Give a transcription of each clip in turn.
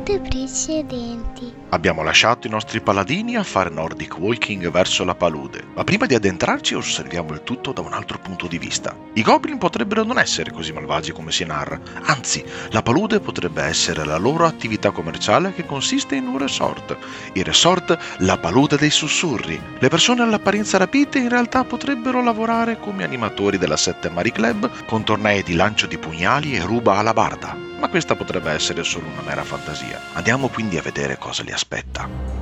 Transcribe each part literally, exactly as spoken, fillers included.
puntate precedenti. Abbiamo lasciato i nostri paladini a fare Nordic Walking verso la palude, ma prima di addentrarci osserviamo il tutto da un altro punto di vista. I goblin potrebbero non essere così malvagi come si narra, anzi, la palude potrebbe essere la loro attività commerciale che consiste in un resort. Il resort, la palude dei sussurri. Le persone all'apparenza rapite in realtà potrebbero lavorare come animatori della Sette Mari Club con tornei di lancio di pugnali e ruba alabarda. Ma questa potrebbe essere solo una mera fantasia. Andiamo quindi a vedere cosa li aspetta.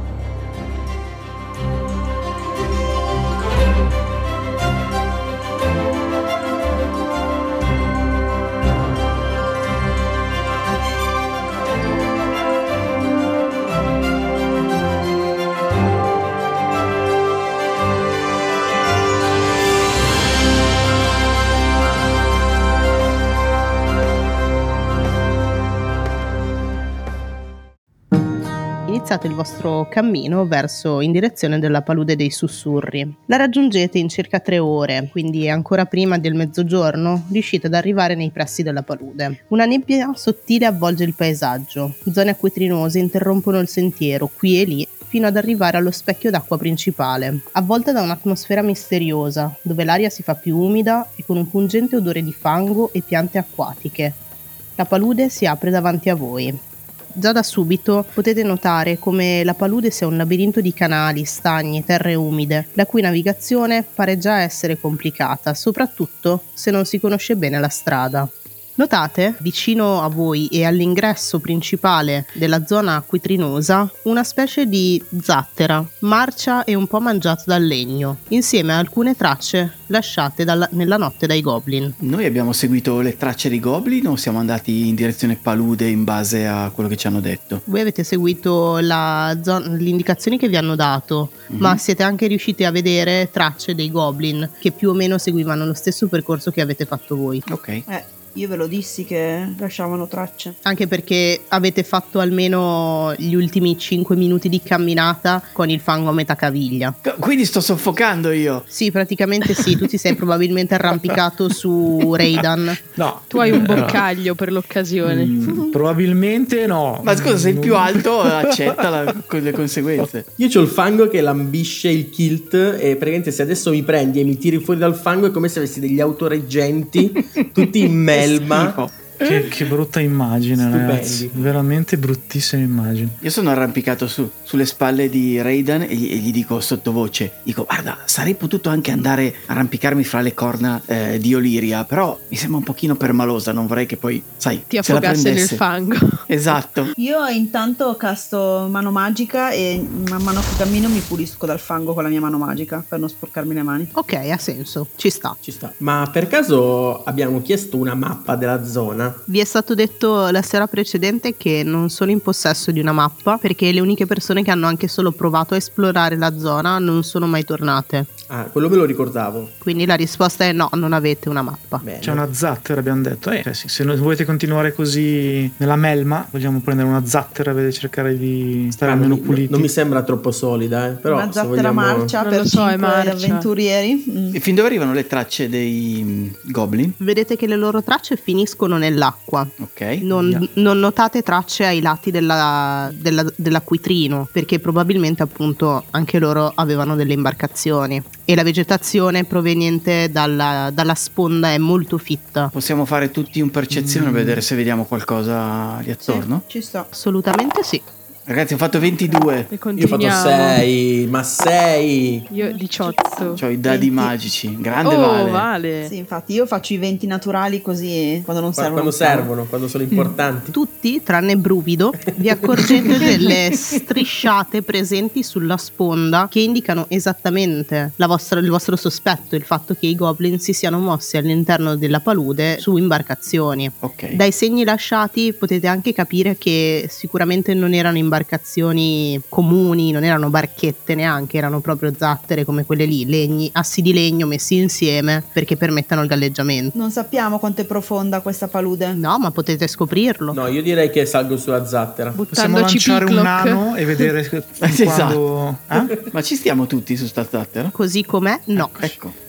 Iniziate il vostro cammino verso in direzione della palude dei sussurri. La raggiungete in circa tre ore, quindi ancora prima del mezzogiorno riuscite ad arrivare nei pressi della palude. Una nebbia sottile avvolge il paesaggio, zone acquitrinose interrompono il sentiero qui e lì fino ad arrivare allo specchio d'acqua principale, avvolta da un'atmosfera misteriosa, dove l'aria si fa più umida e con un pungente odore di fango e piante acquatiche. La palude si apre davanti a voi. Già da subito potete notare come la palude sia un labirinto di canali, stagni e terre umide, la cui navigazione pare già essere complicata, soprattutto se non si conosce bene la strada. Notate, vicino a voi e all'ingresso principale della zona acquitrinosa, una specie di zattera, marcia e un po' mangiata dal legno, insieme a alcune tracce lasciate dalla, nella notte dai goblin. Noi abbiamo seguito le tracce dei goblin o siamo andati in direzione palude in base a quello che ci hanno detto? Voi avete seguito la zona, le indicazioni che vi hanno dato, mm-hmm. ma siete anche riusciti a vedere tracce dei goblin che più o meno seguivano lo stesso percorso che avete fatto voi. Ok. Eh. Io ve lo dissi che lasciavano tracce. Anche perché avete fatto almeno gli ultimi cinque minuti di camminata con il fango a metà caviglia. Quindi sto soffocando io? Sì, praticamente sì. Tu ti sei probabilmente arrampicato su Raidan. No. Tu hai un boccaglio per l'occasione. Mm, probabilmente no. Ma scusa, sei più alto, accetta la, le conseguenze. Io c'ho il fango che lambisce il kilt e praticamente se adesso mi prendi e mi tiri fuori dal fango è come se avessi degli autoreggenti tutti in me. Melma. Che, che brutta immagine, Stupendi. Ragazzi, veramente bruttissima immagine. Io sono arrampicato su sulle spalle di Raidan e gli, e gli dico sottovoce, dico guarda, sarei potuto anche andare a arrampicarmi fra le corna eh, di Oliria, però mi sembra un pochino permalosa, non vorrei che poi, sai, ti se la affogasse nel prendesse. fango. Esatto. Io intanto casto mano magica e man mano che cammino mi pulisco dal fango con la mia mano magica per non sporcarmi le mani. Ok, ha senso, ci sta. Ci sta. Ma per caso abbiamo chiesto una mappa della zona? Vi è stato detto la sera precedente che non sono in possesso di una mappa perché le uniche persone che hanno anche solo provato a esplorare la zona non sono mai tornate. Ah, quello me lo ricordavo. Quindi la risposta è no, non avete una mappa. Bene. C'è una zattera, abbiamo detto. Eh, sì, se volete continuare così nella melma, vogliamo prendere una zattera per cercare di stare Ah, almeno non, mi, puliti. non mi sembra troppo solida, eh. Però una se zattera vogliamo... marcia Non per lo so, è cinque marcia. avventurieri. Mm. E fin dove arrivano le tracce dei mm, goblin? Vedete che le loro tracce finiscono nell'acqua. Ok. Non, Yeah. non notate tracce ai lati della, della, dell'acquitrino perché probabilmente appunto anche loro avevano delle imbarcazioni e la vegetazione proveniente dalla, dalla sponda è molto fitta. Possiamo fare tutti un percezione Mm. per vedere se vediamo qualcosa lì attorno? Ci sto. Assolutamente sì. Ragazzi, ho fatto ventidue. E Io ho continuiamo. fatto sei, ma sei. Io diciotto. C'ho i dadi venti. magici. Grande Oh, Vale. vale. Sì, infatti io faccio i venti naturali così quando non servono. Quando servono, quando sono importanti. Tutti, tranne Bruvido, vi accorgete delle strisciate presenti sulla sponda che indicano esattamente la vostra, il vostro sospetto, il fatto che i goblin si siano mossi all'interno della palude su imbarcazioni. Ok. Dai segni lasciati potete anche capire che sicuramente non erano imbarcazioni comuni, non erano barchette neanche, erano proprio zattere come quelle lì, legni, assi di legno messi insieme perché permettano il galleggiamento. Non sappiamo quanto è profonda questa palude. No, ma potete scoprirlo. No, io direi che salgo sulla zattera. Possiamo Buttandoci lanciare un Picklock. nano e vedere fin Esatto. quando... Eh? Ma ci stiamo tutti su sta zattera? Così com'è? No. Ecco.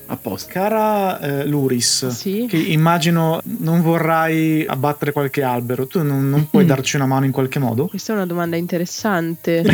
a posto. Cara eh, Luris, Sì. che immagino non vorrai abbattere qualche albero, tu non, non puoi darci una mano in qualche modo? Questa è una domanda interessante.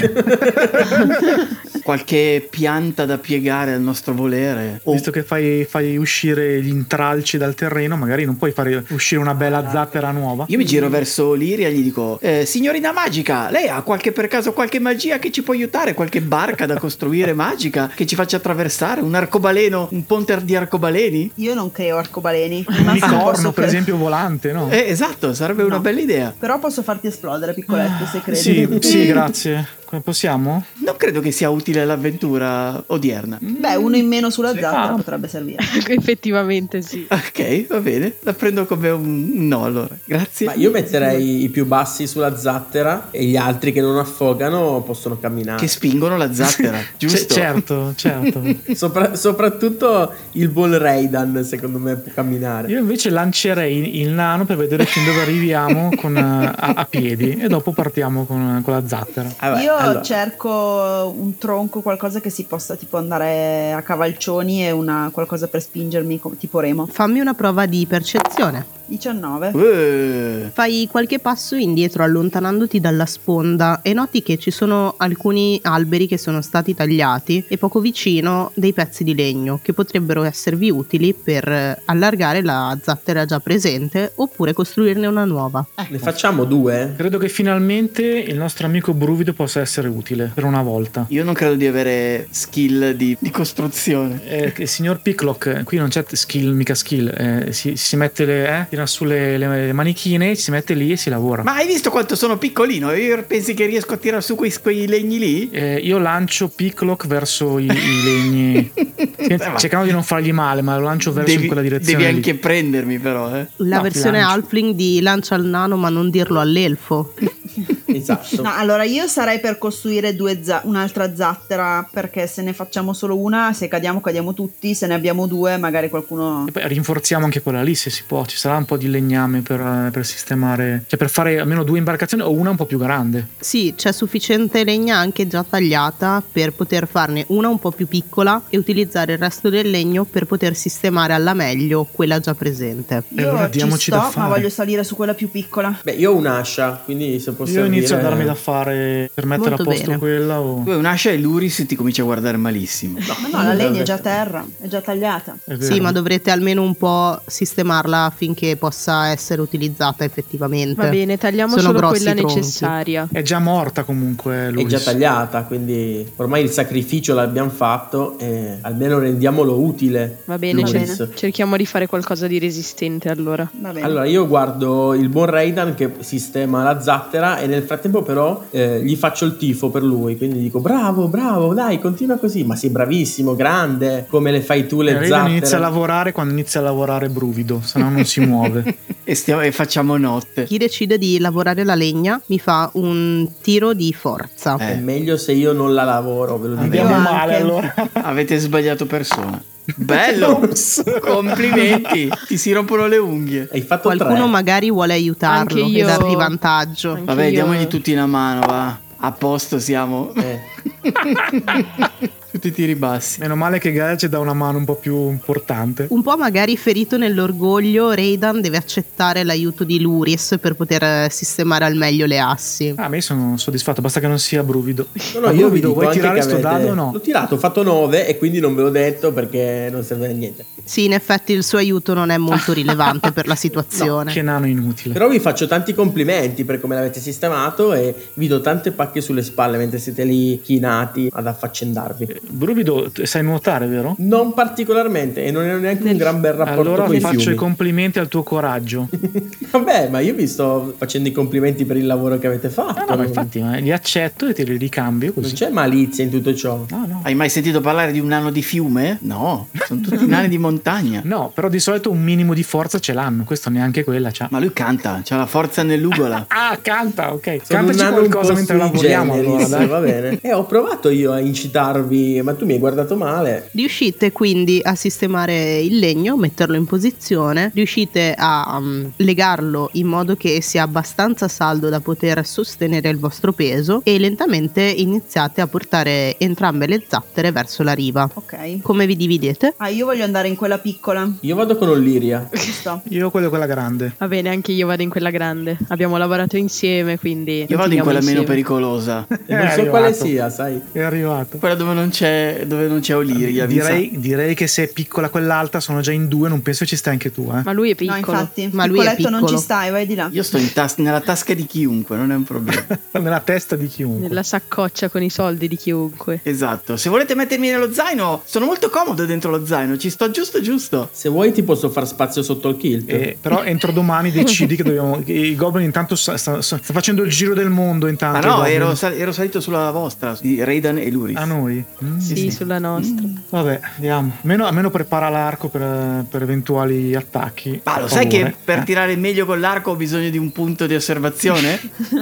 Qualche pianta da piegare al nostro volere? O Visto che fai, fai uscire gli intralci dal terreno, magari non puoi fare uscire una bella zattera nuova? io mi giro verso Liria e gli dico eh, signorina magica, lei ha qualche per caso qualche magia che ci può aiutare? Qualche barca da costruire magica che ci faccia attraversare? Un arcobaleno? Un ponte di arcobaleni? Io non creo arcobaleni. Un ma unicorno, posso per cre- esempio, volante, no? Eh, esatto, sarebbe una No. bella idea. Però posso farti esplodere, piccoletto, se credi. Sì, sì, grazie. Come possiamo? Non credo che sia utile all'avventura odierna. Beh, uno in meno sulla Sì, zattera ah. potrebbe servire. Effettivamente sì. Ok, va bene, la prendo come un no allora. Grazie. Ma io metterei i più bassi sulla zattera e gli altri che non affogano possono camminare. Che spingono la zattera, giusto? C- certo, certo. Sopra- soprattutto il buon Raidan, secondo me, può camminare. Io invece lancerei il nano per vedere fin dove arriviamo con, a, a piedi e dopo partiamo con, con la zattera. Ah, beh, Io allora. cerco un tronco, qualcosa che si possa tipo andare a cavalcioni e una, qualcosa per spingermi, co- tipo remo. Fammi una prova di percezione. diciannove. Eh, Fai qualche passo indietro allontanandoti dalla sponda e noti che ci sono alcuni alberi che sono stati tagliati e poco vicino dei pezzi di legno che potrebbero esservi utili per allargare la zattera già presente oppure costruirne una nuova. Ne facciamo due? Credo che finalmente il nostro amico Bruvido possa essere utile per una volta. io non credo di avere skill di, di costruzione. Eh, il signor Picklock, qui non c'è skill, mica skill, eh, si, si mette le, eh, tira su le, le- le manichine, si mette lì e si lavora. Ma hai visto quanto sono piccolino? Io pensi che riesco a tirare su quei, quei legni lì? Eh, io lancio Picklock verso i, i legni, cercando di non fargli male, ma lo lancio verso in Devi, quella direzione. devi lì. anche prendermi però, eh. La No, versione lancio. halfling di lancia al nano ma non dirlo all'elfo. Esatto. No, allora io sarei per costruire due za- un'altra zattera, perché se ne facciamo solo una, se cadiamo cadiamo tutti, se ne abbiamo due magari qualcuno... E poi rinforziamo anche quella lì se si può, ci sarà un po' di legname per, eh, per sistemare, cioè per fare almeno due imbarcazioni o una un po' più grande. Sì, c'è sufficiente legna anche già tagliata per poter farne una un po' più piccola e utilizzare il resto del legno per poter sistemare alla meglio quella già presente. E Io allora ci diamoci sto, da ma fare. voglio salire su quella più piccola. Beh, io ho un'ascia, quindi se posso Io inizio a dire- darmi da fare per mettere Molto a posto bene. quella o... Tu hai un'ascia e Luris ti comincia a guardare malissimo. Ma no, la legna è già a terra, è già tagliata. È vero. Sì, ma dovrete almeno un po' sistemarla affinché possa essere utilizzata effettivamente. Va bene, tagliamo Sono solo grossi quella i tronchi. necessaria. È già morta comunque È lui. già tagliata, quindi ormai il sacrificio l'abbiamo fatto e almeno rendiamolo utile. Va bene, Luris. cer- cerchiamo di fare qualcosa di resistente allora. Va bene. Allora io guardo il buon Raidan che sistema la zattera e nel frattempo però eh, gli faccio il tifo per lui, quindi dico bravo, bravo, dai, continua così, ma sei bravissimo, grande, come le fai tu le Raiden zattere. inizia a lavorare quando inizia a lavorare Bruvido, se no non si muove. E, stiamo, e facciamo notte. Chi decide di lavorare la legna mi fa un tiro di forza. Eh. È meglio se io non la lavoro, ve lo dico. Andiamo Io male anche. allora. Avete sbagliato persona. Bello! Complimenti! Ti si rompono le unghie. Hai fatto Qualcuno tre. magari vuole aiutarlo Anche e io- dargli vantaggio. Anche Vabbè, io- diamogli tutti una mano, va. A posto siamo. Eh. Tutti i tiri bassi. Meno male che Gael ci dà una mano un po' più importante. Un po' magari ferito nell'orgoglio, Raidan deve accettare l'aiuto di Luris per poter eh, sistemare al meglio le assi. Ah, ma io sono soddisfatto, basta che non sia Bruvido. No, no, Ma io vi Bruvido, dico vuoi anche tirare che sto avete... dado o no? L'ho tirato, ho fatto nove e quindi non ve l'ho detto perché non serve a niente. Sì, in effetti il suo aiuto non è molto rilevante per la situazione. Che nano inutile. Però vi faccio tanti complimenti per come l'avete sistemato e vi do tante pacche sulle spalle mentre siete lì chinati ad affaccendarvi. Bruvido, sai nuotare, vero? Non particolarmente e non è neanche un gran bel rapporto Allora con i faccio fiumi. i complimenti al tuo coraggio. Vabbè, ma io vi sto facendo i complimenti per il lavoro che avete fatto. Ah, no, ma infatti ma li accetto e te li ricambio Non così. c'è malizia in tutto ciò. No, no. Hai mai sentito parlare di un nano di fiume? No, sono tutti nani di montagna. montagna. No, però di solito un minimo di forza ce l'hanno, questo neanche quella c'ha. Ma lui canta, c'ha la forza nell'ugola. Ah, canta, ok. Sono Cantaci un nano un qualcosa po' mentre sui lavoriamo allora, generis, dai. va bene. E ho provato io a incitarvi, ma tu mi hai guardato male. Riuscite quindi a sistemare il legno, metterlo in posizione, riuscite a um, legarlo in modo che sia abbastanza saldo da poter sostenere il vostro peso e lentamente iniziate a portare entrambe le zattere verso la riva. Ok. Come vi dividete? Ah, io voglio andare in quella piccola. Io vado con Olliria. Ci sto. Io quello quella grande. Va bene, anche io vado in quella grande. Abbiamo lavorato insieme, quindi Io vado in continuiamo quella meno insieme. pericolosa. E non È so quale arrivato. sia, sai. È arrivato. Quella dove non c'è, dove non c'è Oliria. mi sa. Direi, direi che se è piccola quell'alta sono già in due, non penso ci stai anche tu, eh. Ma lui è No, piccolo. infatti, Ma lui è piccoletto non piccolo. ci stai, vai di là. Io sto in tas- nella tasca di chiunque, non è un problema. Nella testa di chiunque. Nella saccoccia con i soldi di chiunque. Esatto. Se volete mettermi nello zaino, sono molto comodo dentro lo zaino, ci sto giusto giusto. Se vuoi ti posso far spazio sotto il kilt. Eh, però entro domani decidi che dobbiamo. che I goblin intanto sta, sta- sta facendo il giro del mondo. Ma Intanto no, i goblin. ero, sal- ero salito sulla vostra, di Raidan e Luris. A noi? Mm. Sì, sulla nostra. Vabbè, andiamo. Almeno, almeno prepara l'arco per, per eventuali attacchi. Ma lo Per sai favore. che per Eh? tirare meglio con l'arco ho bisogno di un punto di osservazione?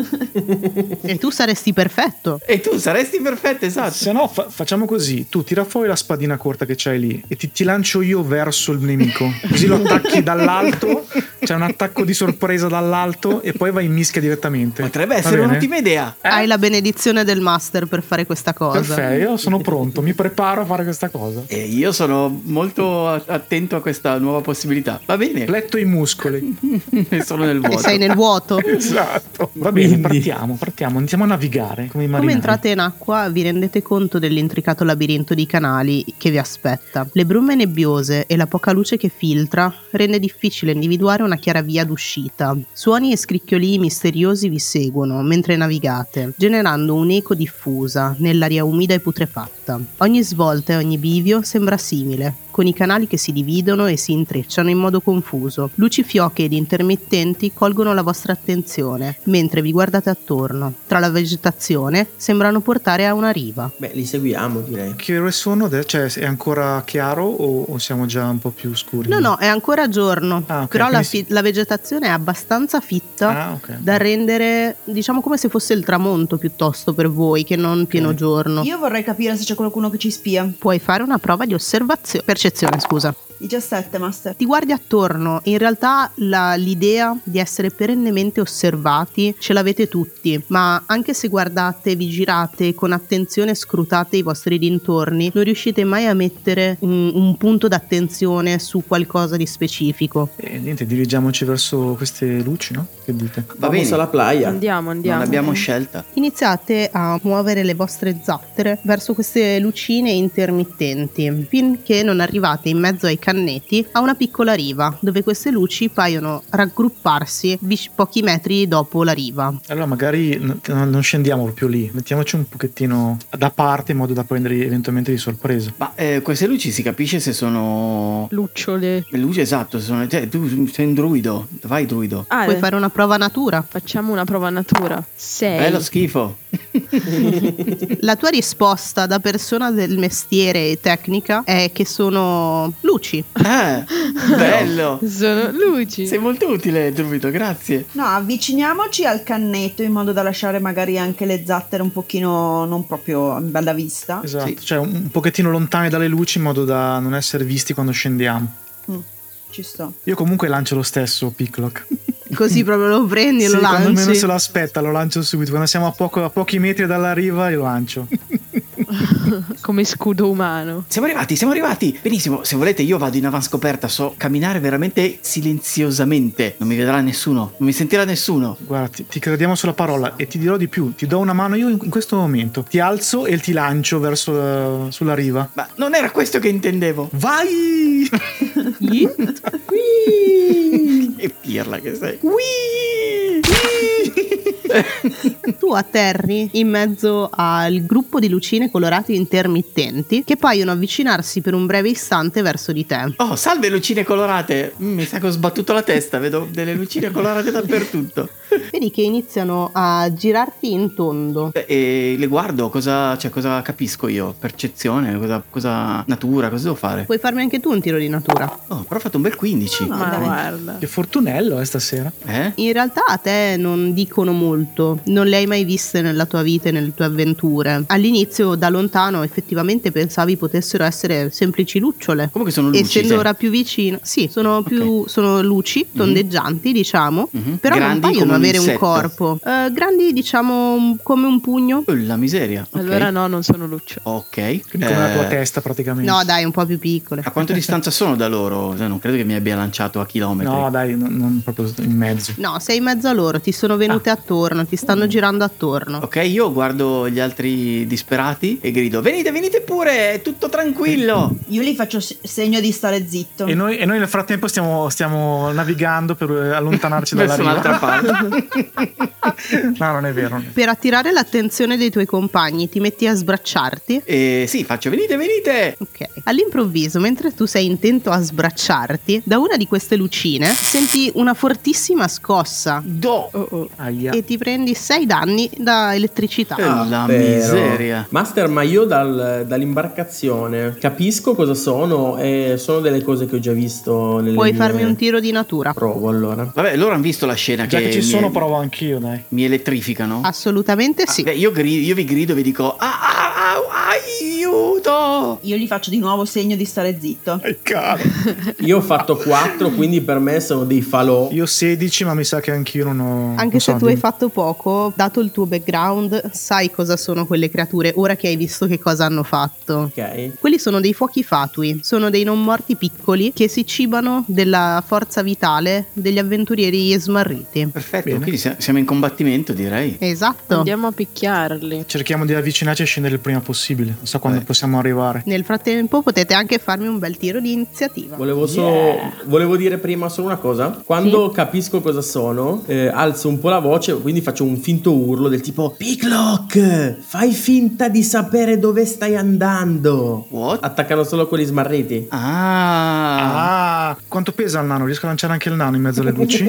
E tu saresti perfetto. E tu saresti perfetto, esatto. Se no, fa- facciamo così: tu tira fuori la spadina corta che c'hai lì e ti, ti lancio io verso il nemico. Così lo attacchi dall'alto. C'è un attacco di sorpresa dall'alto e poi vai in mischia direttamente. Potrebbe Va essere bene? un'ottima idea. Eh? Hai la benedizione del master per fare questa cosa. Perfetto, io sono pronto, mi preparo a fare questa cosa. E io sono molto a- attento a questa nuova possibilità. Va bene, Letto i muscoli. sono nel E vuoto. sei nel vuoto. Esatto. Va bene, Quindi- partiamo, partiamo, iniziamo a navigare come i marinai. Come entrate in acqua vi rendete conto dell'intricato labirinto di canali che vi aspetta. Le brume nebbiose e la poca luce che filtra rende difficile individuare una chiara via d'uscita. Suoni e scricchiolii misteriosi vi seguono mentre navigate, generando un'eco diffusa nell'aria umida e putrefatta. Ogni svolta e ogni bivio sembra simile, con i canali che si dividono e si intrecciano in modo confuso. Luci fioche ed intermittenti colgono la vostra attenzione, mentre vi guardate attorno. Tra la vegetazione sembrano portare a una riva. Beh, li seguiamo, direi. Che ore sono? De- Cioè, è ancora chiaro o, o siamo già un po' più scuri? No, no, è ancora giorno, Ah, ok, però la, quindi fi- sì. la vegetazione è abbastanza fitta Ah, ok. da rendere, diciamo, come se fosse il tramonto piuttosto per voi che non pieno giorno. Io vorrei capire se c'è qualcuno che ci spia. Puoi fare una prova di osservazione, percezione, scusa. diciassette, master. Ti guardi attorno, in realtà la- l'idea di essere perennemente osservati ce l'avete tutti, ma anche se guardate, vi girate con attenzione, scrutate i vostri dintorni, non riuscite mai a mettere un, un punto d'attenzione su qualcosa di specifico. E niente, dirigiamoci verso queste luci, no? Che dite? Va Vamos bene, alla playa. Andiamo, andiamo. non abbiamo scelta. Iniziate a muovere le vostre zattere verso queste lucine intermittenti, finché non arrivate in mezzo ai canneti a una piccola riva, dove queste luci paiono raggrupparsi vic- pochi metri dopo la riva. Allora magari n- non scendiamo proprio lì, mettiamoci un pochettino da parte in modo da prendere eventualmente di sorpresa. Ma eh, queste luci si capisce se sono... Lucciole. Le luci, esatto, se sono... cioè, tu sei un druido, vai druido. Ah, Puoi eh, fare una prova natura. facciamo una prova natura. sei. Bello schifo. La tua risposta da persona del mestiere e tecnica è che sono luci. Ah, bello. Sono luci. Sei molto utile, druido, grazie. No, avviciniamoci al cannetto in modo da lasciare magari anche le zattere un pochino non proprio in bella vista. Esatto, Sì. cioè un, un pochettino lontani dalle luci in modo da non essere visti quando scendiamo. Mm, ci sto. Io comunque lancio lo stesso Picklock. Così proprio lo prendi e Sì, lo quando meno lanci. se lo aspetta lo lancio subito. Quando siamo a, poco- a pochi metri dalla riva io lancio. Come scudo umano. Siamo arrivati, siamo arrivati. Benissimo, se volete io vado in avanscoperta, so camminare veramente silenziosamente. Non mi vedrà nessuno, non mi sentirà nessuno. Guarda, ti, ti crediamo sulla parola e ti dirò di più. Ti do una mano io in, in questo momento. Ti alzo e ti lancio verso la- sulla riva. Ma non era questo che intendevo. Vai! Che pirla che sei. Tu atterri in mezzo al gruppo di lucine colorate intermittenti che paiono avvicinarsi per un breve istante verso di te. Oh, salve lucine colorate. Mm, mi sa che ho sbattuto la testa, vedo delle lucine colorate dappertutto. Vedi che iniziano a girarti in tondo. E, e le guardo, cosa, cioè, cosa capisco io? Percezione, cosa, cosa natura, cosa devo fare? Puoi farmi anche tu un tiro di natura. Oh, però ho fatto un bel quindici. No, Ma dai. guarda. Che fortunello, eh, stasera. Eh? In realtà a te non dicono molto, non le hai mai viste nella tua vita e nelle tue avventure. All'inizio da lontano effettivamente pensavi potessero essere semplici lucciole. Comunque sono luci. Essendo sì. ora più vicino, sì, sono più sono luci tondeggianti, diciamo, Mhm. però Grandi non paiono come un avere un insetto. corpo. Eh, grandi, diciamo, un- come un pugno. Oh, la miseria. Ok. Allora no, non sono luccio. Ok. Quindi come la tua Eh, testa praticamente. No, dai, un po' più piccole. A quanto distanza sono da loro? Eh, Non credo che mi abbia lanciato a chilometri. No, dai, non, non proprio in mezzo. No, sei in mezzo a loro, ti sono venute attorno, ti stanno girando attorno. Ok, io guardo gli altri disperati e grido: venite, venite pure, è tutto tranquillo. Io gli faccio se- segno di stare zitto. E noi, e noi nel frattempo stiamo, stiamo navigando per eh, allontanarci dalla Verso riva. un'altra parte. No, non è vero. non è vero. Per attirare l'attenzione dei tuoi compagni ti metti a sbracciarti. E sì, faccio: venite, venite. Ok. All'improvviso, mentre tu sei intento a sbracciarti, da una di queste lucine senti una fortissima scossa Do. Oh, oh. Aia. e ti prendi sei danni da elettricità. Eh, la Però. miseria. Master, ma io dal- dall'imbarcazione capisco cosa sono e sono delle cose che ho già visto nelle Puoi mie- farmi un tiro di natura. Provo allora. Vabbè, loro hanno visto la scena Già che ci mi- sono, provo anch'io, dai. mi elettrificano. Assolutamente Ah, sì. beh, io, gri- io vi grido e vi dico: ah, ah, ah, aiuto! Io gli faccio di nuovo segno di stare zitto. Che caro. Io ho fatto quattro, quindi per me sono dei falò. Io sedici, ma mi sa che anch'io non ho. Anche non se so, tu hai di- fatto poco, dato il tuo background, sai cosa sono quelle creature ora che hai visto che cosa hanno fatto. Ok. Quelli sono dei fuochi fatui, sono dei non morti piccoli che si cibano della forza vitale degli avventurieri smarriti. Perfetto, Bene. quindi sia- siamo in combattimento, direi. Esatto. Andiamo a picchiarli. Cerchiamo di avvicinarci e scendere il prima possibile. Non so quando Eh. possiamo arrivare. Nel frattempo potete anche farmi un bel tiro di iniziativa. Volevo solo volevo dire prima solo una cosa. Quando capisco cosa sono, eh, alzo un po' la voce, quindi faccio un finto urlo del tipo: Picklock, fai finta di sapere dove stai andando. What? Attaccano solo quelli smarriti. Ah, Ah, quanto pesa il nano? Riesco a lanciare anche il nano in mezzo alle luci?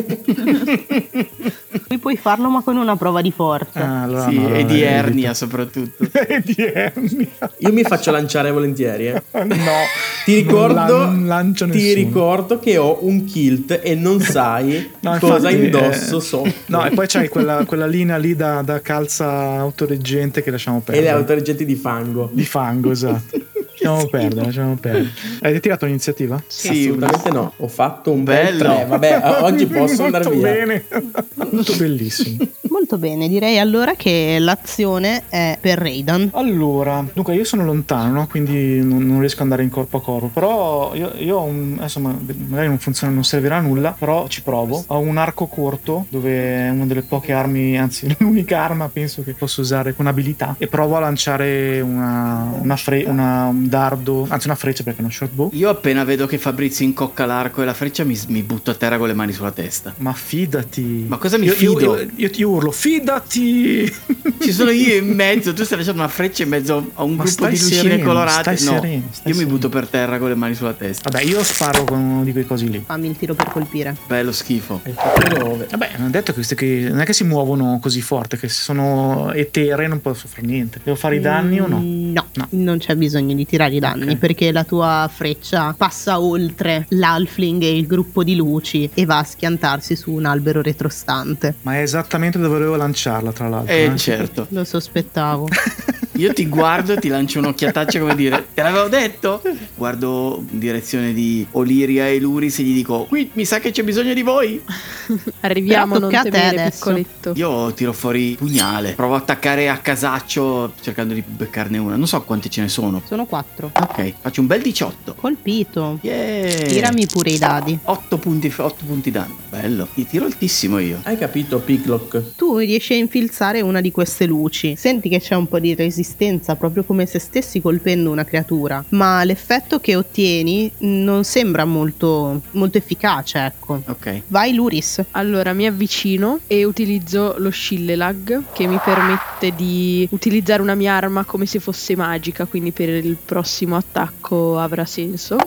Qui puoi farlo ma con una prova di forza. Ah, allora sì, no, allora e di evito. ernia soprattutto. E di ernia. Io mi faccio lanciare volentieri, eh. No. Ti ricordo, Non lan- lancio ti nessuno. ricordo che ho un kilt e non sai No, cosa infatti, indosso eh, sotto. No, e poi c'hai quella, quella linea lì da, da calza autoreggente che lasciamo E perdere. le autoreggenti di fango. Di fango, esatto. Lasciamo perdere, lasciamo perdere. Hai tirato l'iniziativa? Sì, Assolutamente no. Ho fatto un bel Bello. tre. Vabbè, oggi posso andare Molto via. bene. Molto bellissimo. Molto bene, direi allora che l'azione è per Raidan. Allora, dunque io sono lontano, no? Quindi non, non riesco ad andare in corpo a corpo. Però io, io ho un. Adesso ma- magari non funziona, non servirà a nulla. Però ci provo. Ho un arco corto, dove è una delle poche armi, anzi l'unica arma penso che posso usare con abilità. E provo a lanciare una, una, fre- una un dardo, anzi una freccia perché è uno short bow. Io appena vedo che Fabrizio incocca l'arco e la freccia mi, mi butto a terra con le mani sulla testa. Ma fidati. Ma cosa mi io, fido? Io, io, io ti urlo, fidati! Ci sono io in mezzo, tu stai lasciando una freccia in mezzo a un Ma gruppo stai di lucine sereno, colorate. stai No, sereno, stai io mi sereno. butto per terra con le mani sulla testa. Vabbè, io sparo con uno di quei cosi lì. Fammi il tiro per colpire. Bello schifo. Dove? Vabbè, hanno detto che queste che non è che si muovono così forte, che se sono eteree non posso fare niente. Devo fare i danni o no? No, No. non c'è bisogno di tirare i danni Ok. perché la tua freccia passa oltre l'halfling e il gruppo di luci e va a schiantarsi su un albero retrostante. Ma è esattamente dove volevo lanciarla, tra l'altro. Eh, eh. certo. Lo sospettavo. Io ti guardo e ti lancio un'occhiataccia come dire: te l'avevo detto? Guardo in direzione di Oliria e Luris e gli dico: qui mi sa che c'è bisogno di voi. Arriviamo, Però non tocca a te temere, adesso. piccoletto. Io tiro fuori pugnale, provo a attaccare a casaccio cercando di beccarne una. Non so quante ce ne sono. Sono quattro. Ok, faccio un bel diciotto. Colpito. Yeah. Tirami pure i dadi. otto punti, otto punti danno. Bello. Ti tiro altissimo io. Hai capito, Picklock? Tu riesci a infilzare una di queste luci. Senti che c'è un po' di resistenza, proprio come se stessi colpendo una creatura. Ma l'effetto che ottieni non sembra molto, molto efficace, ecco. Ok. Vai, Luris. Allora mi avvicino e utilizzo lo Shillelag che mi permette di utilizzare una mia arma come se fosse magica, quindi per il prossimo attacco avrà senso.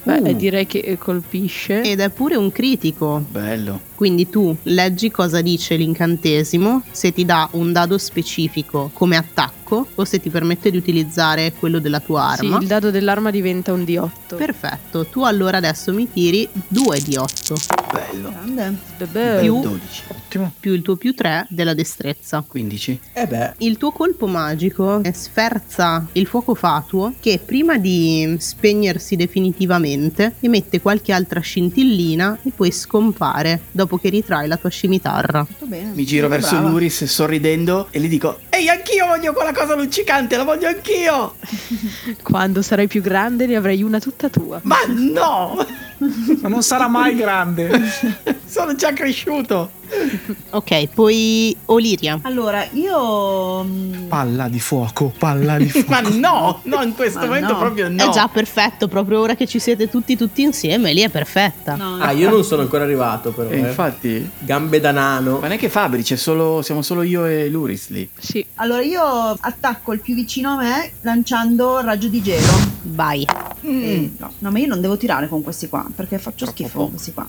Beh, Uh. direi che colpisce. Ed è pure un critico. Bello. Quindi tu leggi cosa dice l'incantesimo, se ti dà un dado specifico come attacco o se ti permette di utilizzare quello della tua Sì, arma. il dado dell'arma diventa un D otto. Perfetto, tu allora adesso mi tiri due di otto Bello. Grande. Beh, più- dodici. Ottimo. più il tuo più tre della destrezza. quindici. Eh beh, Il tuo colpo magico sferza il fuoco fatuo che prima di spegnersi definitivamente emette qualche altra scintillina e poi scompare dopo che ritrai la tua scimitarra. Tutto bene. Mi giro Molto verso brava. Luris sorridendo e gli dico: ehi, anch'io voglio quella cosa luccicante, la voglio anch'io. quando sarai più grande ne avrai una tutta tua. Ma no, Ma non sarà mai grande. sono già cresciuto. Ok, poi Oliria. Allora, io... mm, Palla di fuoco, palla di fuoco. Ma no, no, in questo Ma momento no. proprio no. È già perfetto, proprio ora che ci siete tutti tutti insieme, lì è perfetta. No, ah, io non sono ancora arrivato però. E eh. infatti, Gambe da nano. ma non è che Fabri, c'è solo, siamo solo io e Luris lì. Sì. Allora io attacco il più vicino a me lanciando il raggio di gelo. Vai. Eh, no. no, ma io non devo tirare con questi qua perché faccio Troppo schifo poco. con questi qua.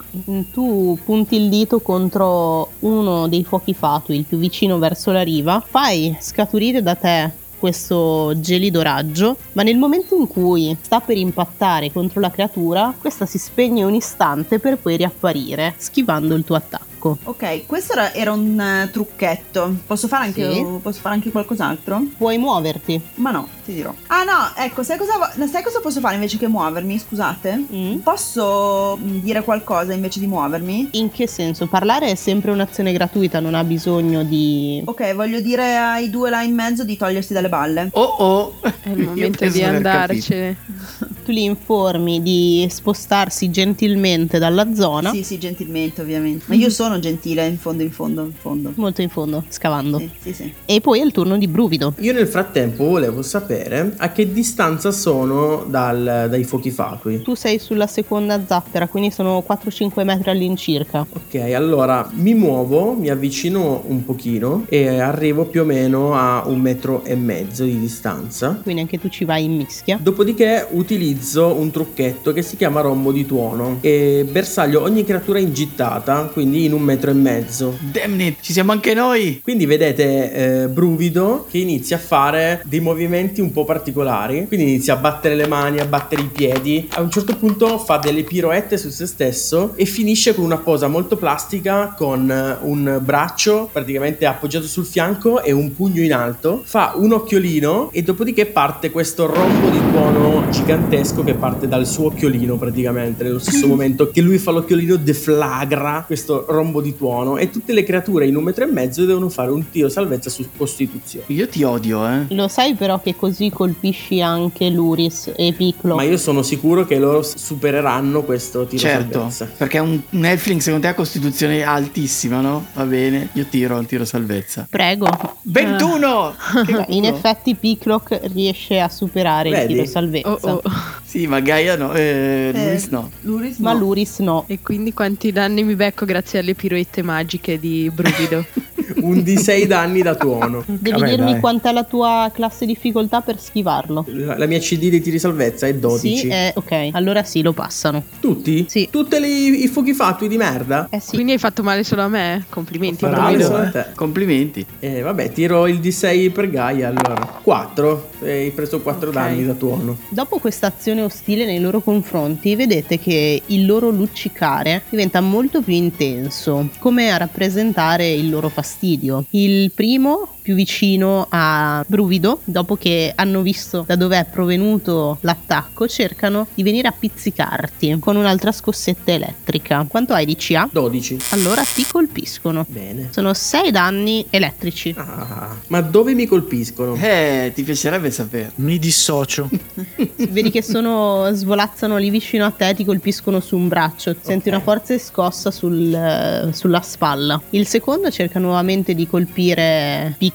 Tu punti il dito contro uno dei fuochi fatui, il più vicino verso la riva, fai scaturire da te questo gelido raggio, ma nel momento in cui sta per impattare contro la creatura, questa si spegne un istante per poi riapparire, schivando il tuo attacco. Ok, questo era, era un eh, trucchetto. Posso fare anche, Sì. posso fare anche qualcos'altro? Puoi muoverti. Ma no, ti dirò. Ah no, ecco, sai cosa, vo- sai cosa posso fare invece che muovermi? Scusate. Mm? Posso mm, dire qualcosa invece di muovermi? In che senso? Parlare è sempre un'azione gratuita, non ha bisogno di... Ok, voglio dire ai due là in mezzo di togliersi dalle balle. Oh oh. È il Io momento penso di aver andarcene. Tu li informi di spostarsi gentilmente dalla zona, Sì, sì, gentilmente ovviamente. Ma io sono gentile, in fondo, in fondo, in fondo. molto in fondo, scavando. Sì, sì, sì. E poi è il turno di Bruvido. Io nel frattempo volevo sapere a che distanza sono dal- dai fuochi fatui. Tu sei sulla seconda zattera, quindi sono quattro cinque metri all'incirca. Ok, allora mi muovo, mi avvicino un pochino e arrivo più o meno a un metro e mezzo di distanza. Quindi anche tu ci vai in mischia. Dopodiché utilizzo un trucchetto che si chiama rombo di tuono e bersaglio ogni creatura ingittata, quindi in un metro e mezzo. Damn it, ci siamo anche noi. Quindi vedete eh, Bruvido che inizia a fare dei movimenti un po' particolari, quindi inizia a battere le mani, a battere i piedi, a un certo punto fa delle piroette su se stesso e finisce con una posa molto plastica con eh, un braccio praticamente appoggiato sul fianco e un pugno in alto, fa un occhiolino e dopodiché parte questo rombo di tuono gigantesco che parte dal suo occhiolino praticamente nello stesso momento che lui fa l'occhiolino deflagra questo rombo di tuono e tutte le creature in un metro e mezzo devono fare un tiro salvezza su costituzione. Io ti odio, eh. Lo sai però che così colpisci anche Luris e Piclo. Ma io sono sicuro che loro supereranno questo tiro Certo, salvezza. perché un, un Elfling secondo te ha costituzione altissima, no? Va bene, io tiro un tiro salvezza. Prego. ventuno! Che Beh, in culo. effetti Picloc riesce a superare Vedi? il tiro salvezza. Oh, oh. Sì, ma Gaia no, eh, Eh, Luris no. Luris Ma no. Luris no. E quindi quanti danni mi becco grazie alle piroette magiche di Bruvido? Un di sei danni da tuono. Devi Vabbè, dirmi dai. quant'è la tua classe difficoltà per schivarlo. La, la mia C D dei tiri salvezza è dodici. Sì, eh, ok, allora sì, lo passano. Tutti? Sì. Tutti i fuochi fatui di merda? Eh sì. Quindi hai fatto male solo a me? Complimenti, Ho fatto Bravo, male Bruvido. solo a te. Complimenti. Eh, vabbè, tiro il D sei per Gaia allora. quattro. Hai preso quattro Ok. danni da tuono. Dopo questa azione ostile nei loro confronti, vedete che il loro luccicare diventa molto più intenso, come a rappresentare il loro fastidio. Il primo, più vicino a Bruvido, dopo che hanno visto da dove è provenuto l'attacco, cercano di venire a pizzicarti con un'altra scossetta elettrica. Quanto hai di C A? dodici. Allora ti colpiscono. Bene. Sono sei danni elettrici. Ah, ma dove mi colpiscono? Eh, ti piacerebbe sapere. Mi dissocio. Vedi che sono svolazzano lì vicino a te, ti colpiscono su un braccio, senti Ok. una forte scossa sul, eh, sulla spalla. Il secondo cerca nuovamente di colpire Piclo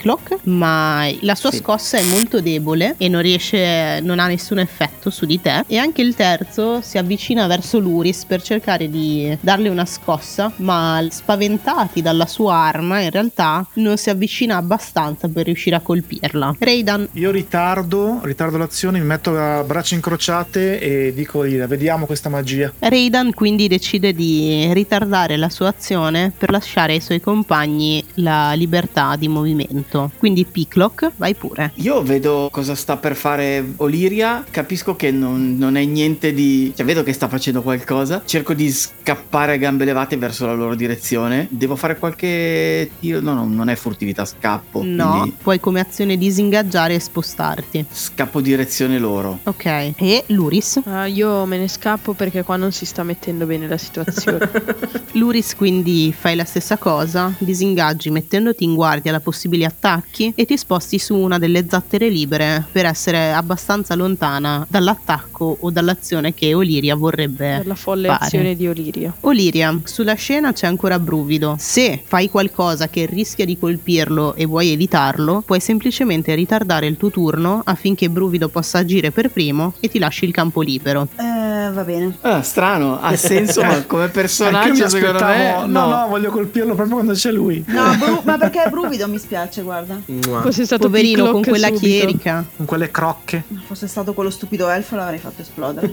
Picklock, ma la sua Sì. scossa è molto debole e non riesce, non ha nessun effetto su di te. E anche il terzo si avvicina verso Luris per cercare di darle una scossa, ma spaventati dalla sua arma in realtà non si avvicina abbastanza per riuscire a colpirla. Raidan, Io ritardo, ritardo l'azione, mi metto a braccia incrociate e dico lì, vediamo questa magia. Raidan quindi decide di ritardare la sua azione per lasciare ai suoi compagni la libertà di movimento. Quindi Picklock, vai pure. Io vedo cosa sta per fare Oliria, capisco che non, non è niente di... cioè vedo che sta facendo qualcosa, cerco di scappare a gambe levate verso la loro direzione. Devo fare qualche tiro? No, no, non è furtività, scappo. No, quindi puoi come azione disingaggiare e spostarti. scappo direzione loro. Ok. E Luris? Ah, io me ne scappo perché qua non si sta mettendo bene la situazione. Luris quindi fai la stessa cosa, disingaggi mettendoti in guardia da possibili attacchi e ti sposti su una delle zattere libere per essere abbastanza lontana dall'attacco o dall'azione che Oliria vorrebbe Per la folle fare. azione di Oliria. Oliria, sulla scena c'è ancora Bruvido. Se fai qualcosa che rischia di colpirlo e vuoi evitarlo, puoi semplicemente ritardare il tuo turno affinché Bruvido possa agire per primo e ti lasci il campo libero. Eh, va bene. Ah, strano, ha senso, ma come Anche io mi personaggio secondo aspettavo- me no, no, voglio colpirlo proprio quando c'è lui. No, Bru- ma perché è Bruvido mi spiace, guarda. Mua. Fosse stato Poverino, Picklock con quella subito. chierica. Con quelle crocche. Fosse stato quello stupido elfo l'avrei fatto esplodere.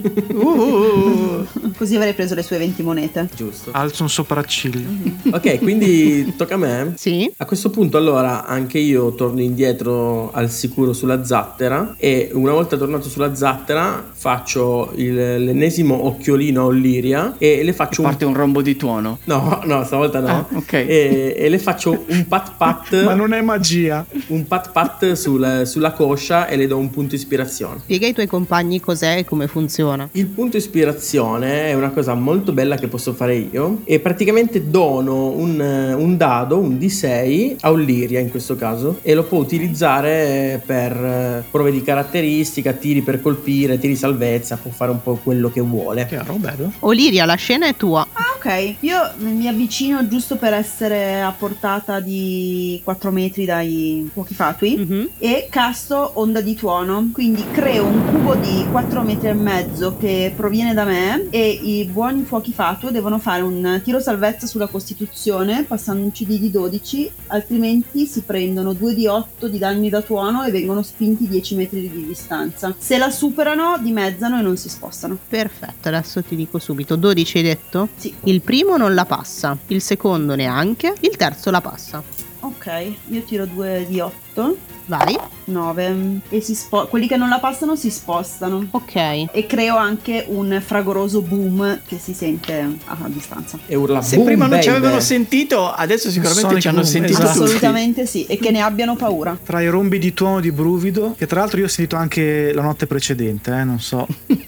Uh, Così avrei preso le sue venti monete. Giusto. Alzo un sopracciglio. Ok, quindi tocca a me. Sì? A questo punto allora anche io torno indietro al sicuro sulla zattera e una volta tornato sulla zattera faccio il, l'ennesimo occhiolino a Olliria e le faccio un... parte un rombo di tuono. No, no, stavolta no. Ah, ok. E, e le faccio un pat pat, Ma non è magia. un pat pat sul- sulla coscia e le do un punto ispirazione. Spiega ai tuoi compagni cos'è e come funziona. Il punto ispirazione è una cosa molto bella che posso fare io e praticamente dono un, un dado, un D sei a Olliria in questo caso e lo può utilizzare per eh, prove di caratteristica, tiri per colpire, tiri salvezza, può fare un po' quello che vuole. Chiaro, bello. Oliria, la scena è tua. Ah, ok. Io mi avvicino giusto per essere a portata di quattro metri dai fuochi fatui Mhm. e casto onda di tuono. Quindi creo un cubo di quattro metri e mezzo che proviene da me e i buoni fuochi fatui devono fare un tiro salvezza sulla costituzione passando un C D di dodici, altrimenti si prendono due di otto di danni da tuono e vengono spinti dieci metri di distanza. Se la superano dimezzano e non si spostano. Perfetto, adesso ti dico subito. dodici hai detto? Sì. Il primo non la passa, il secondo neanche, il terzo la passa. Ok, io tiro due di otto. Vai. nove e si spo- quelli che non la passano si spostano Ok. e creo anche un fragoroso boom che si sente a, a distanza. E urla Se boom, prima non ci baby. avevano sentito, adesso sicuramente Sonic ci hanno Boom, sentito esatto. tutti. Assolutamente sì, e che ne abbiano paura. Tra i rombi di tuono di Bruvido, che tra l'altro io ho sentito anche la notte precedente, eh, non so.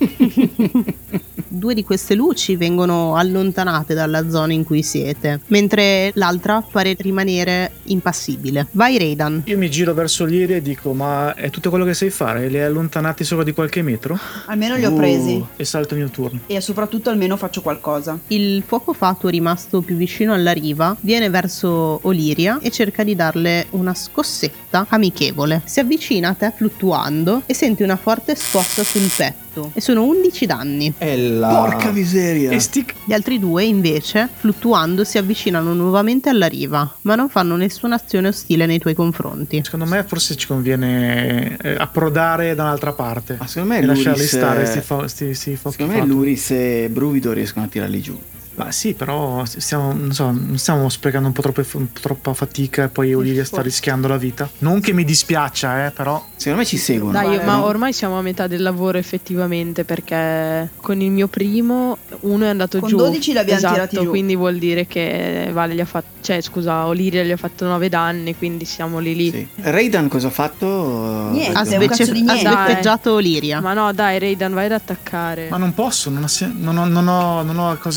Due di queste luci vengono allontanate dalla zona in cui siete, mentre l'altra pare rimanere impassibile. Vai Raidan. Io mi giro verso Liria e dico, ma è tutto quello che sai fare? Li hai allontanati solo di qualche metro? Almeno li ho Uh. presi E salto il mio turno. e soprattutto almeno faccio qualcosa. Il fuoco fatuo rimasto più vicino alla riva viene verso Oliria e cerca di darle una scossetta amichevole. Si avvicina a te fluttuando e senti una forte scossa sul petto e sono undici danni. E la... Porca miseria. E stick. Gli altri due invece, fluttuando, si avvicinano nuovamente alla riva, ma non fanno nessuna azione ostile nei tuoi confronti. Secondo me forse ci conviene eh, approdare da un'altra parte. Ma secondo me E lasciarli Luris, stare, eh, sti, fo- sti, sti fuochi secondo me fatui. Luris e Bruvido riescono a tirarli giù. Ma sì, però stiamo, non so, non stiamo sprecando un po' troppo, troppa fatica e poi Olivia sta rischiando la vita. Non che mi dispiaccia, eh, però. Secondo me ci seguono. Dai, Guarda, ma no? ormai siamo a metà del lavoro effettivamente, perché con il mio primo uno è andato Con giù. dodici li abbiamo Esatto, tirati giù. quindi vuol dire che Vale gli ha fatto, cioè scusa, Oliria gli ha fatto nove danni, quindi siamo lì lì. Sì. Raidan cosa ha fatto? Niente, Ha, è un cazzo di ha niente. svecchiato Oliria. Ma no, dai, Raidan, vai ad attaccare. Ma non posso, non ho, se- non ho, non ho, non ho cose magiche.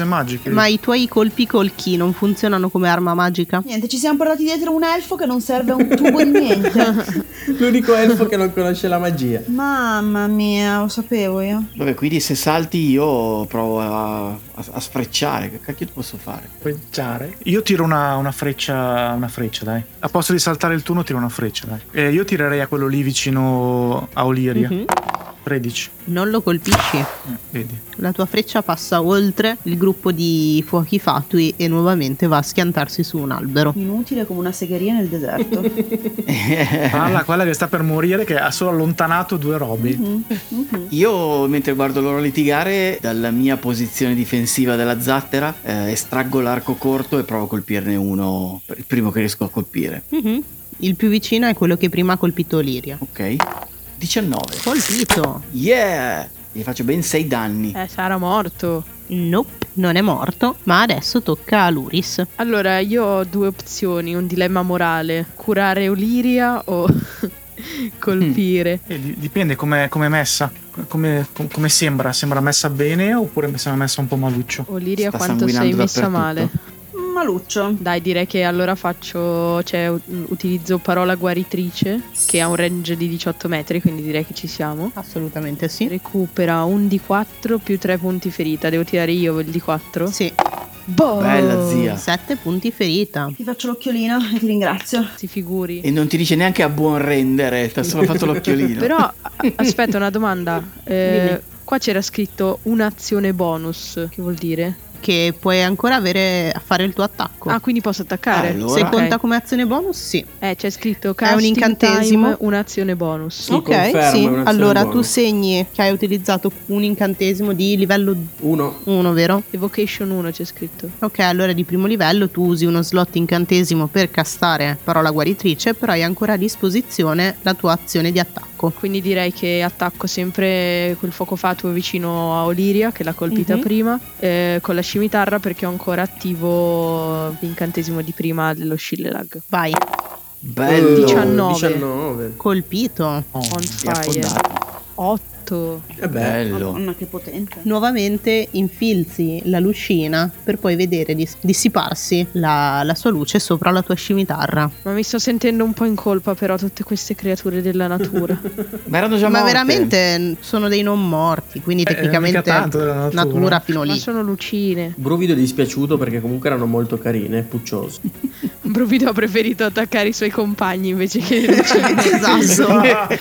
Ma i tuoi colpi col chi non funzionano come arma magica? Niente, ci siamo portati dietro un elfo che non serve a un tubo di niente. L'unico elfo che non conosce la magia. Mamma mia, lo sapevo io. Vabbè, quindi se salti io provo a, a, a sfrecciare. Che cacchio posso fare? Frecciare? Io tiro una, una freccia, una freccia, dai. A posto di saltare il turno tiro una freccia, dai. E io tirerei a quello lì vicino a Oliria. Mhm. tredici. Non lo colpisci. Eh, vedi. La tua freccia passa oltre il gruppo di fuochi fatui e nuovamente va a schiantarsi su un albero. Inutile come una segheria nel deserto. Parla quella che sta per morire, che ha solo allontanato due robi. Mhm, mhm. Io, mentre guardo loro litigare, dalla mia posizione difensiva della zattera, eh, estraggo l'arco corto e provo a colpirne uno, il primo che riesco a colpire. Mhm. Il più vicino è quello che prima ha colpito Liria. Ok. diciannove. Colpito. Yeah! Gli faccio ben sei danni. Eh, sarà morto. Nope, non è morto, ma adesso tocca a Luris. Allora, io ho due opzioni, un dilemma morale. Curare Oliria o colpire. E di- dipende come è messa. Come, com- come sembra. Sembra messa bene oppure mi sembra messa un po' maluccio? Oliria, Sta quanto sei sanguinando messa dappertutto. male? Maluccio. Dai, direi che allora faccio, cioè u- utilizzo parola guaritrice, che ha un range di diciotto metri, quindi direi che ci siamo. Assolutamente sì. Recupera un D quattro più tre punti ferita. Devo tirare io il D quattro? Sì, Boh! Bella zia. sette punti ferita. Ti faccio l'occhiolino e ti ringrazio. Si figuri. E non ti dice neanche a buon rendere, ti ha solo fatto l'occhiolino. Però, a- aspetta, una domanda. Eh, qua c'era scritto un'azione bonus. Che vuol dire? Che puoi ancora avere a fare il tuo attacco. Ah, quindi posso attaccare? Allora. Se Ok. conta come azione bonus, sì. Eh, c'è scritto È un casting incantesimo. time, un'azione bonus. Sì, ok, confermo, sì. è un'azione Allora tu bonus. segni che hai utilizzato un incantesimo di livello Uno. uno, vero? Evocation uno c'è scritto. Ok, allora di primo livello tu usi uno slot incantesimo per castare parola guaritrice, però hai ancora a disposizione la tua azione di attacco. Quindi direi che attacco sempre quel fuoco fatuo vicino a Oliria, che l'ha colpita Mhm. prima, eh, con la scimitarra, perché ho ancora attivo l'incantesimo di prima dello Shillelag. Vai, Bello. diciannove. diciannove. colpito. Oh. On E fire. affondato. otto. E beh, Bello. Madonna, che potente. Nuovamente infilzi la lucina per poi vedere dis- dissiparsi la, la sua luce sopra la tua scimitarra. Ma mi sto sentendo un po' in colpa, però, tutte queste creature della natura. Ma erano già Ma morte. veramente sono dei non morti, quindi Eh, tecnicamente mica tanto della natura. natura fino Ma lì. sono lucine. Bruvido è dispiaciuto perché comunque erano molto carine, puccioso. Bruvido ha preferito attaccare i suoi compagni invece che le lucine. Esatto.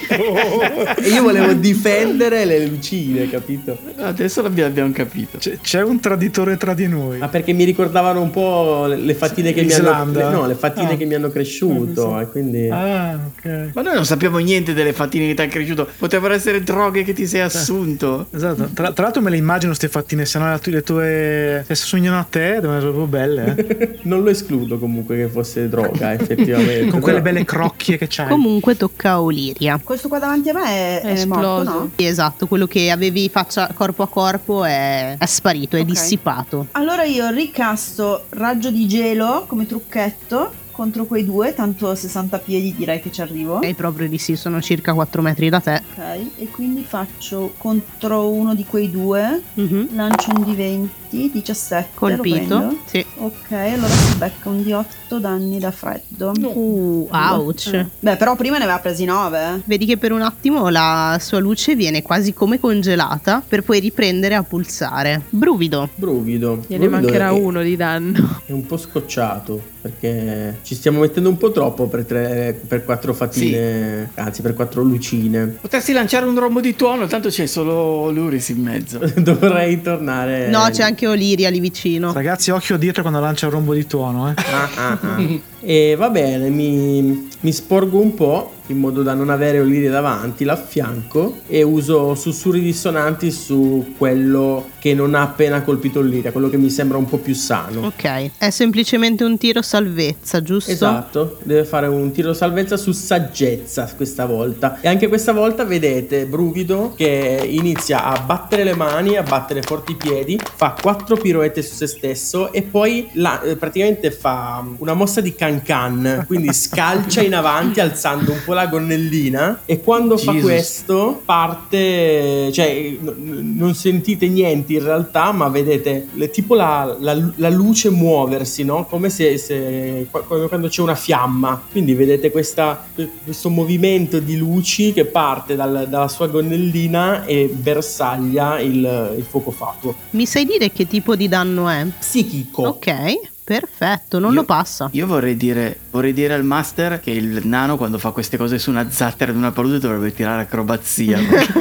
E io volevo difendere le lucine, capito? Adesso l'abbiamo abbiamo capito. C'è, c'è un traditore tra di noi. Ma perché mi ricordavano un po' le fattine che mi hanno L'Islanda? le- no, le fattine Ah. che mi hanno cresciuto, e quindi Ah, ok. Ma noi non sappiamo niente delle fattine che ti hanno cresciuto. Potevano essere droghe che ti sei assunto. Esatto. Tra, tra l'altro me le immagino ste fattine, se no le tue, le tue se sognano a te devono essere proprio belle, eh. non lo escludo comunque che fosse droga, effettivamente. Con quelle Però- belle crocchie che c'hai. Comunque tocca a Oliria. Questo qua davanti a me è, È è morto, esploso. no? Sì, esatto, quello che avevi faccia corpo a corpo è, è sparito, è Ok. dissipato. Allora io ricasto raggio di gelo come trucchetto contro quei due, tanto a sessanta piedi direi che ci arrivo. E proprio di sì, sono circa quattro metri da te. Ok, e quindi faccio contro uno di quei due, Mhm. lancio un D venti, diciassette, lo Colpito. prendo. Sì. Ok, allora si becca un D otto danni da freddo. Uh, ouch. Eh. Beh, però prima ne aveva presi nove. eh. Vedi che per un attimo la sua luce viene quasi come congelata per poi riprendere a pulsare. Bruvido. Bruvido. Gliene Bruvido mancherà è, uno di danno. È un po' scocciato perché ci stiamo mettendo un po' troppo per, tre, per quattro fatine, anzi per quattro lucine. Potresti lanciare un rombo di tuono, tanto c'è solo Luris in mezzo. Dovrei tornare. No, c'è anche Oliria lì vicino. Ragazzi, occhio dietro quando lancia il rombo di tuono, eh. Ah, ah, ah. E va bene, mi, mi sporgo un po' in modo da non avere Oliria davanti, l'affianco e uso sussurri dissonanti su quello che non ha appena colpito Oliria, quello che mi sembra un po' più sano. Ok, è semplicemente un tiro salvezza, giusto? Esatto, deve fare un tiro salvezza su saggezza questa volta. E anche questa volta vedete Bruvido che inizia a battere le mani, a battere forti i piedi, fa quattro piroette su se stesso e poi la, eh, praticamente fa una mossa di canghero can-can, quindi scalcia in avanti alzando un po' la gonnellina e quando fa Jesus. questo parte, cioè n- non sentite niente in realtà, ma vedete le- tipo la, la- la luce muoversi, no? Come se, se come quando c'è una fiamma, quindi vedete questa, questo movimento di luci che parte dal- dalla sua gonnellina e bersaglia il, il fuoco fatuo. Mi sai dire che tipo di danno è? Psichico. Ok, perfetto, non Io- lo passa. Io vorrei dire, vorrei dire al master che il nano quando fa queste cose su una zattera di una palude dovrebbe tirare acrobazia.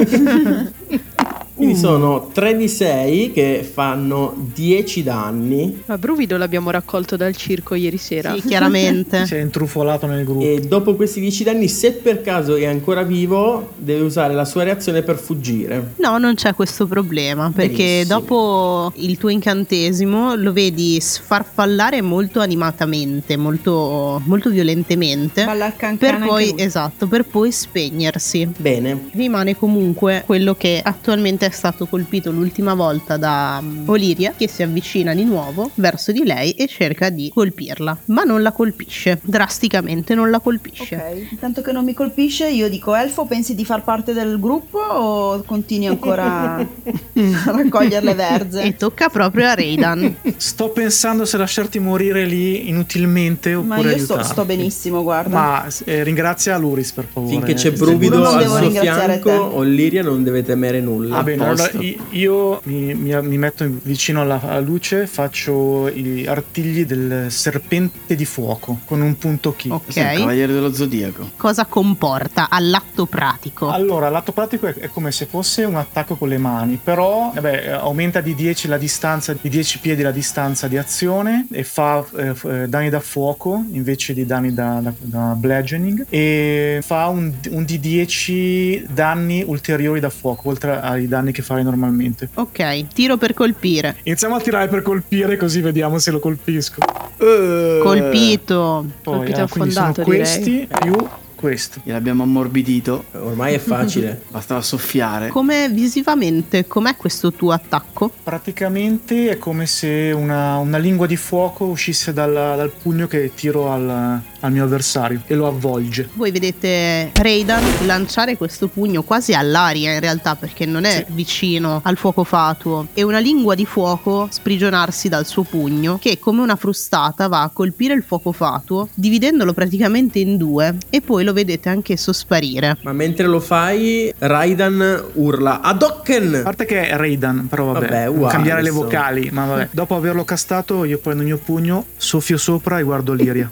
Quindi sono tre di sei che fanno dieci danni Ma Bruvido l'abbiamo raccolto dal circo ieri sera. Sì, chiaramente. Si è intrufolato nel gruppo. e dopo questi dieci danni, se per caso è ancora vivo, deve usare la sua reazione per fuggire. No, non c'è questo problema, perché Benissimo. dopo il tuo incantesimo lo vedi sfarfallare molto animatamente, molto, molto violentemente, Balla il can-can per anche poi, lui. esatto, per poi spegnersi. Bene. Rimane comunque quello che attualmente è stato colpito l'ultima volta da um, Oliria, che si avvicina di nuovo verso di lei e cerca di colpirla, ma non la colpisce, drasticamente non la colpisce. Ok, intanto che non mi colpisce io dico: Elfo, pensi di far parte del gruppo o continui ancora a raccogliere le verze? E tocca proprio a Reidan. Sto pensando se lasciarti morire lì inutilmente oppure Ma io sto, aiutarti. sto benissimo, guarda. Ma eh, ringrazia Luris per favore. Finché c'è Eh, Bruvido non al devo suo ringraziare fianco, te. Olliria non deve temere nulla. Va bene, A allora posto. i- io mi, mi- mi metto vicino alla, alla luce, faccio gli artigli del serpente di fuoco con un punto chi. Questo è il Ok, Cavaliere dello Zodiaco. cosa comporta all'atto pratico? Allora, lato pratico è, è come se fosse un attacco con le mani, però vabbè, aumenta di dieci la distanza, di dieci piedi la distanza di azione e fa eh, f- eh, danni da fuoco invece di danni da, da, da bludgeoning e fa un, un di dieci danni ulteriori da fuoco, oltre ai danni che fai normalmente. Ok, tiro per colpire. Iniziamo a tirare per colpire così vediamo se lo colpisco. Eh, Colpito. Poi, Colpito ah, quindi sono affondato, direi. questi più questo. Gliel'abbiamo ammorbidito, Ormai è facile. bastava soffiare. Come visivamente, com'è questo tuo attacco? Praticamente è come se una, una lingua di fuoco uscisse dalla- dal pugno che tiro al, al mio avversario e lo avvolge. Voi vedete Reidan lanciare questo pugno quasi all'aria in realtà, perché non è Sì. vicino al fuoco fatuo, e una lingua di fuoco sprigionarsi dal suo pugno che come una frustata va a colpire il fuoco fatuo, dividendolo praticamente in due, e poi lo vedete anch'esso sparire. Ma mentre lo fai, Raidan urla Adokken! A parte che è Reidan, però vabbè, Vabbè, non uguale, cambiare le insomma. vocali, ma vabbè. Dopo averlo castato io prendo il mio pugno, soffio sopra e guardo Liria.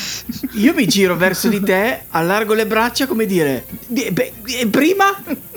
Io mi giro verso di te, allargo le braccia come dire, "Beh, beh, eh, prima?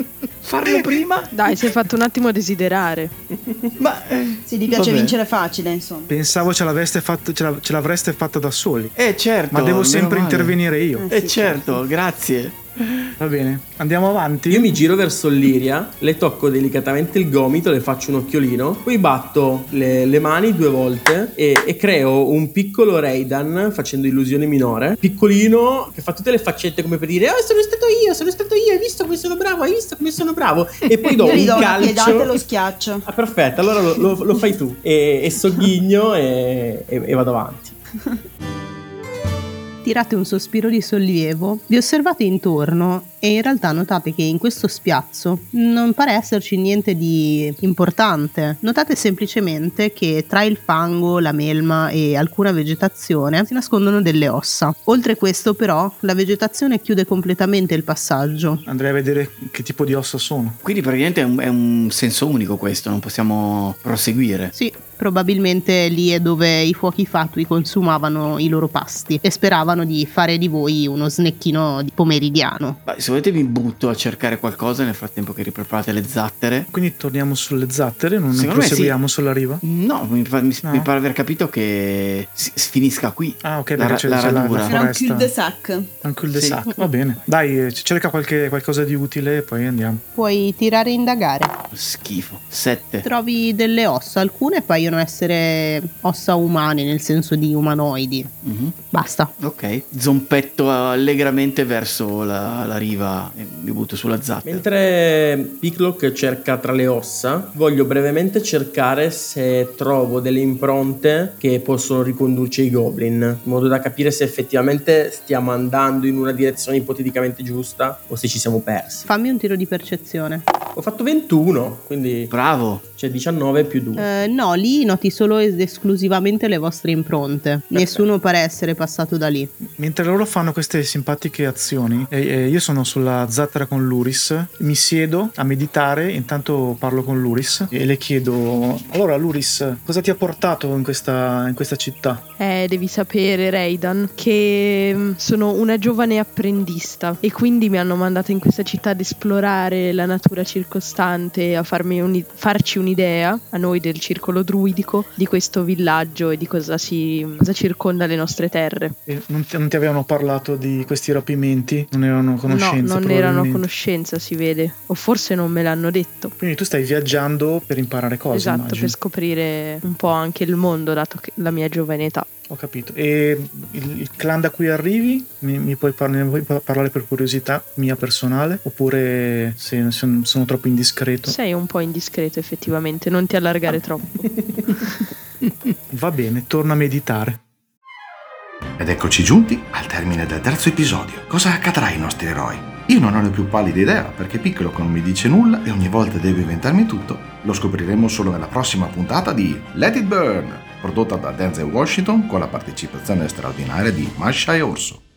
Farlo prima? Dai, si è fatto un attimo desiderare. Ma eh, Sì, ti piace vabbè. vincere facile, insomma. Pensavo ce l'avreste fatto, ce, la- ce l'avreste fatta da soli. Eh certo, Ma devo meno sempre male. intervenire io. Eh certo, grazie. Va bene, andiamo avanti. Io mi giro verso Liria, le tocco delicatamente il gomito, le faccio un occhiolino, poi batto le, le mani due volte e, e creo un piccolo Reidan facendo illusione minore, piccolino, che fa tutte le faccette come per dire: oh, sono stato io, sono stato io, hai visto come sono bravo, hai visto come sono bravo, e poi do Io un gli do una piedata e calcio. lo schiaccio. Ah, perfetto, allora lo, lo- lo fai tu, e, e sogghigno e, e- e vado avanti. Tirate un sospiro di sollievo, vi osservate intorno e in realtà notate che in questo spiazzo non pare esserci niente di importante. Notate semplicemente che tra il fango, la melma e alcuna vegetazione si nascondono delle ossa. Oltre questo però la vegetazione chiude completamente il passaggio. Andrei a vedere che tipo di ossa sono. Quindi praticamente è un, è un senso unico questo, non possiamo proseguire. Sì, probabilmente lì è dove i fuochi fatui consumavano i loro pasti e speravano di fare di voi uno snecchino di pomeridiano. Beh, se volete mi butto a cercare qualcosa nel frattempo che ripreparate le zattere. Quindi torniamo sulle zattere, non, non Secondo me proseguiamo sulla riva. No, mi, fa- mi- No. mi pare aver capito che si, si finisca qui. Ah, ok, La perché ra- c'è, la c'è la, radura. la Era un foresta. cul-de-sac. Un cul-de-sac. Sì. Va bene. Dai, eh, cerca qualche, qualcosa di utile e poi andiamo. Puoi tirare e indagare. Schifo. Sette. Trovi delle ossa, alcune paiono vogliono essere ossa umane, nel senso di umanoidi. Mhm. Basta. Ok, zompetto allegramente verso la, la riva e mi butto sulla zattera. Mentre Picklock cerca tra le ossa, voglio brevemente cercare se trovo delle impronte che possono ricondurci ai goblin, in modo da capire se effettivamente stiamo andando in una direzione ipoteticamente giusta o se ci siamo persi. Fammi un tiro di percezione. Ho fatto ventuno, quindi Bravo. c'è diciannove più due. Eh, no, lì noti solo ed esclusivamente le vostre impronte. Nessuno pare essere passato da lì. Mentre loro fanno queste simpatiche azioni, e, e io sono sulla zattera con Luris, mi siedo a meditare, intanto parlo con Luris e le chiedo: allora Luris, cosa ti ha portato in questa, in questa città? Eh, devi sapere, Raidan, che mm, sono una giovane apprendista e quindi mi hanno mandato in questa città ad esplorare la natura circostante, a farmi un, farci un'idea, a noi del circolo druidico, di questo villaggio e di cosa, si, cosa circonda le nostre terre. E non, ti, non ti avevano parlato di questi rapimenti? Non erano No, conoscenze? non erano probabilmente? conoscenza, si vede. O forse non me l'hanno detto. Quindi tu stai viaggiando per imparare cose, Esatto, immagino. per scoprire un po' anche il mondo, dato che la mia giovane età. Ho capito. E il, il clan da cui arrivi, mi, mi, puoi par- ne puoi parlare per curiosità mia personale? Oppure se sono, sono troppo indiscreto? Sei un po' indiscreto effettivamente, non ti allargare troppo. Va bene, torno a meditare. Ed eccoci giunti al termine del terzo episodio. Cosa accadrà ai nostri eroi? Io non ho la più pallida idea, perché Piccolo non mi dice nulla e ogni volta devo inventarmi tutto. Lo scopriremo solo nella prossima puntata di Let It Burn, prodotta da Denzel Washington con la partecipazione straordinaria di Masha e Orso.